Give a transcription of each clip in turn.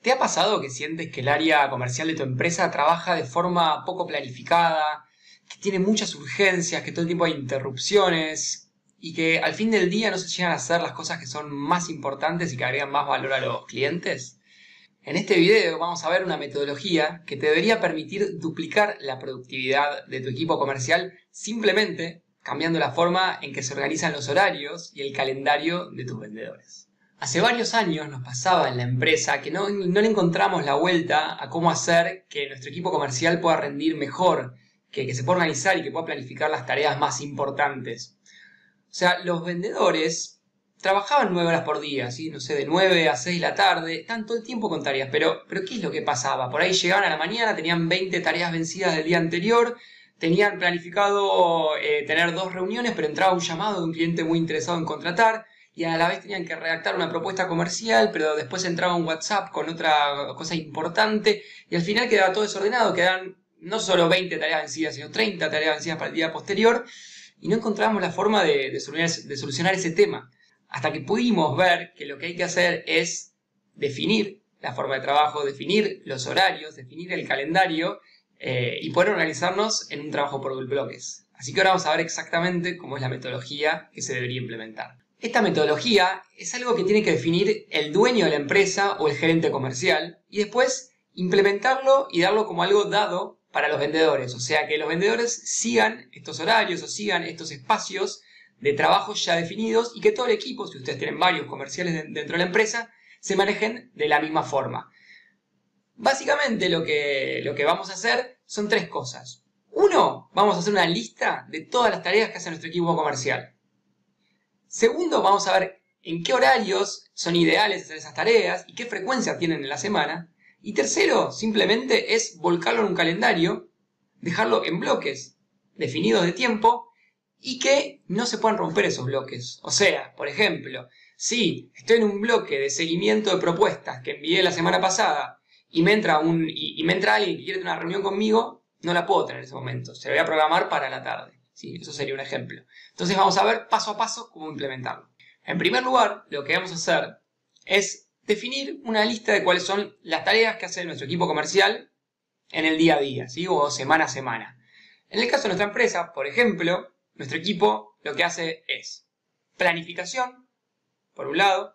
¿Te ha pasado que sientes que el área comercial de tu empresa trabaja de forma poco planificada, que tiene muchas urgencias, que todo el tiempo hay interrupciones y que al fin del día no se llegan a hacer las cosas que son más importantes y que agregan más valor a los clientes? En este video vamos a ver una metodología que te debería permitir duplicar la productividad de tu equipo comercial simplemente cambiando la forma en que se organizan los horarios y el calendario de tus vendedores. Hace varios años nos pasaba en la empresa que no le encontramos la vuelta a cómo hacer que nuestro equipo comercial pueda rendir mejor, que se pueda organizar y que pueda planificar las tareas más importantes. O sea, los vendedores trabajaban 9 horas por día, ¿sí? No sé, de 9 a 6 de la tarde, estaban todo el tiempo con tareas, pero ¿qué es lo que pasaba? Por ahí llegaban a la mañana, tenían 20 tareas vencidas del día anterior, tenían planificado tener 2 reuniones, pero entraba un llamado de un cliente muy interesado en contratar, y a la vez tenían que redactar una propuesta comercial, pero después entraba un WhatsApp con otra cosa importante, y al final quedaba todo desordenado, quedaban no solo 20 tareas vencidas, sino 30 tareas vencidas para el día posterior, y no encontrábamos la forma de solucionar ese tema, hasta que pudimos ver que lo que hay que hacer es definir la forma de trabajo, definir los horarios, definir el calendario, y poder organizarnos en un trabajo por bloques. Así que ahora vamos a ver exactamente cómo es la metodología que se debería implementar. Esta metodología es algo que tiene que definir el dueño de la empresa o el gerente comercial y después implementarlo y darlo como algo dado para los vendedores. O sea, que los vendedores sigan estos horarios o sigan estos espacios de trabajo ya definidos y que todo el equipo, si ustedes tienen varios comerciales dentro de la empresa, se manejen de la misma forma. Básicamente lo que vamos a hacer son 3 cosas. Uno, vamos a hacer una lista de todas las tareas que hace nuestro equipo comercial. Segundo, vamos a ver en qué horarios son ideales hacer esas tareas y qué frecuencia tienen en la semana. Y tercero, simplemente es volcarlo en un calendario, dejarlo en bloques definidos de tiempo y que no se puedan romper esos bloques. O sea, por ejemplo, si estoy en un bloque de seguimiento de propuestas que envié la semana pasada y me entra alguien que quiere tener una reunión conmigo, no la puedo tener en ese momento. Se la voy a programar para la tarde. Sí, eso sería un ejemplo. Entonces vamos a ver paso a paso cómo implementarlo. En primer lugar, lo que vamos a hacer es definir una lista de cuáles son las tareas que hace nuestro equipo comercial en el día a día, ¿sí? O semana a semana. En el caso de nuestra empresa, por ejemplo, nuestro equipo lo que hace es planificación, por un lado,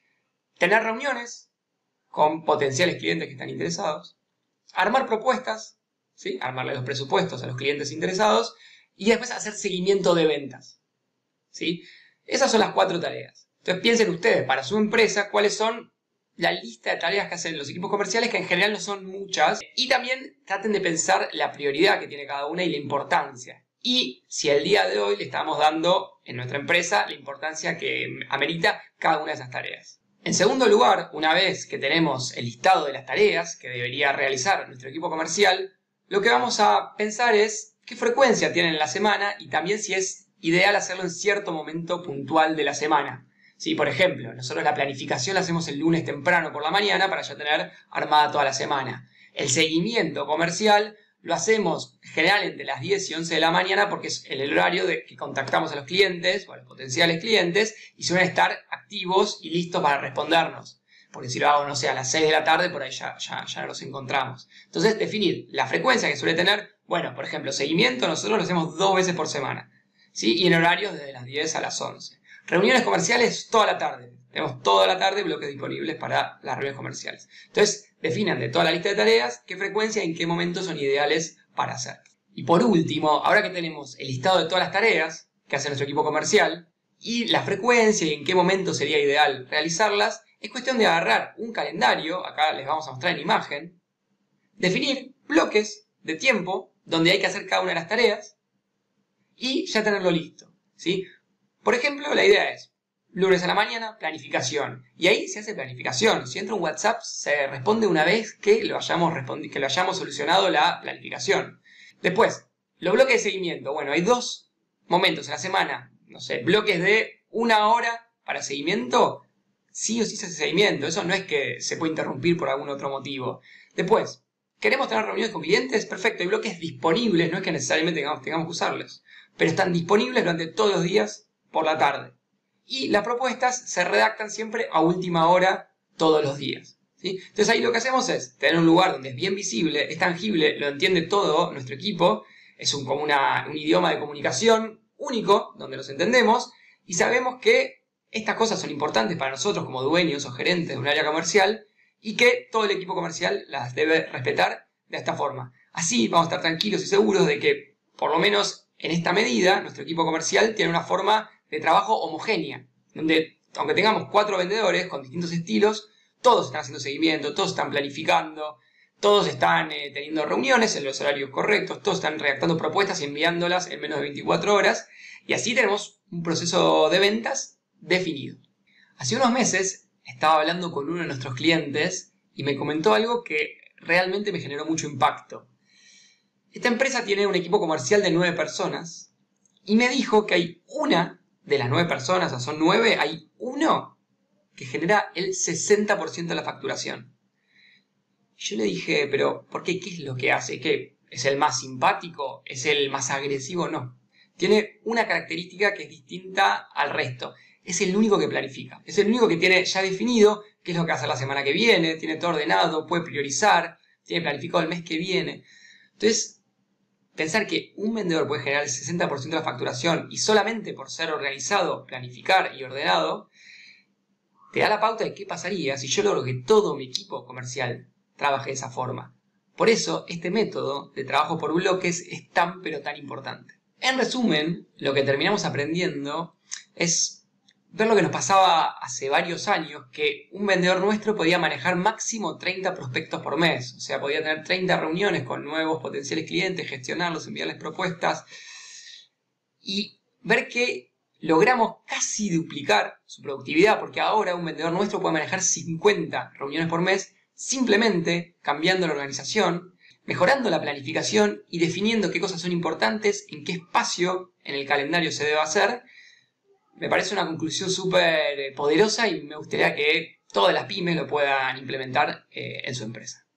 tener reuniones con potenciales clientes que están interesados, armar propuestas, ¿sí? Armarle los presupuestos a los clientes interesados, y después hacer seguimiento de ventas, ¿sí? Esas son las 4 tareas. Entonces piensen ustedes, para su empresa, cuáles son la lista de tareas que hacen los equipos comerciales, que en general no son muchas, y también traten de pensar la prioridad que tiene cada una y la importancia. Y si al día de hoy le estamos dando en nuestra empresa la importancia que amerita cada una de esas tareas. En segundo lugar, una vez que tenemos el listado de las tareas que debería realizar nuestro equipo comercial, lo que vamos a pensar es qué frecuencia tienen en la semana y también si es ideal hacerlo en cierto momento puntual de la semana. Sí, por ejemplo, nosotros la planificación la hacemos el lunes temprano por la mañana para ya tener armada toda la semana. El seguimiento comercial lo hacemos en general entre las 10 y 11 de la mañana porque es el horario de que contactamos a los clientes o a los potenciales clientes y suelen estar activos y listos para respondernos. Porque si lo hago, no sé, a las 6 de la tarde, por ahí ya nos encontramos. Entonces, definir la frecuencia que suele tener. Bueno, por ejemplo, seguimiento nosotros lo hacemos 2 veces por semana, ¿sí? Y en horarios desde las 10 a las 11. Reuniones comerciales toda la tarde. Tenemos toda la tarde bloques disponibles para las reuniones comerciales. Entonces, definan de toda la lista de tareas qué frecuencia y en qué momentos son ideales para hacer. Y por último, ahora que tenemos el listado de todas las tareas que hace nuestro equipo comercial y la frecuencia y en qué momento sería ideal realizarlas, es cuestión de agarrar un calendario, acá les vamos a mostrar en imagen, definir bloques de tiempo donde hay que hacer cada una de las tareas y ya tenerlo listo, ¿sí? Por ejemplo, la idea es lunes a la mañana, planificación. Y ahí se hace planificación. Si entra un WhatsApp, se responde una vez que lo hayamos solucionado la planificación. Después, los bloques de seguimiento. Bueno, hay 2 momentos en la semana. No sé, bloques de 1 hora para seguimiento. Sí o sí se hace seguimiento. Eso no es que se puede interrumpir por algún otro motivo. Después, ¿queremos tener reuniones con clientes? Perfecto, hay bloques disponibles. No es que necesariamente tengamos que usarlos. Pero están disponibles durante todos los días por la tarde. Y las propuestas se redactan siempre a última hora todos los días. ¿sí? Entonces ahí lo que hacemos es tener un lugar donde es bien visible, es tangible, lo entiende todo nuestro equipo, es como un idioma de comunicación único, donde nos entendemos, y sabemos que estas cosas son importantes para nosotros como dueños o gerentes de un área comercial, y que todo el equipo comercial las debe respetar de esta forma. Así vamos a estar tranquilos y seguros de que, por lo menos en esta medida, nuestro equipo comercial tiene una forma de trabajo homogénea, donde, aunque tengamos 4 vendedores con distintos estilos, todos están haciendo seguimiento, todos están planificando, todos están teniendo reuniones en los horarios correctos, todos están redactando propuestas y enviándolas en menos de 24 horas, y así tenemos un proceso de ventas definido. Hace unos meses estaba hablando con uno de nuestros clientes y me comentó algo que realmente me generó mucho impacto. Esta empresa tiene un equipo comercial de 9 personas y me dijo que hay una de las 9 personas, o sea, son 9, hay uno que genera el 60% de la facturación. Yo le dije, pero ¿por qué? ¿Qué es lo que hace? ¿Qué? ¿Es el más simpático? ¿Es el más agresivo? No. Tiene una característica que es distinta al resto. Es el único que planifica. Es el único que tiene ya definido qué es lo que va a hacer la semana que viene, tiene todo ordenado, puede priorizar, tiene planificado el mes que viene. Entonces, pensar que un vendedor puede generar el 60% de la facturación y solamente por ser organizado, planificar y ordenado, te da la pauta de qué pasaría si yo logro que todo mi equipo comercial trabaje de esa forma. Por eso, este método de trabajo por bloques es tan pero tan importante. En resumen, lo que terminamos aprendiendo es ver lo que nos pasaba hace varios años, que un vendedor nuestro podía manejar máximo 30 prospectos por mes. O sea, podía tener 30 reuniones con nuevos potenciales clientes, gestionarlos, enviarles propuestas. Y ver que logramos casi duplicar su productividad, porque ahora un vendedor nuestro puede manejar 50 reuniones por mes, simplemente cambiando la organización, mejorando la planificación y definiendo qué cosas son importantes, en qué espacio en el calendario se debe hacer. Me parece una conclusión súper poderosa y me gustaría que todas las pymes lo puedan implementar en su empresa.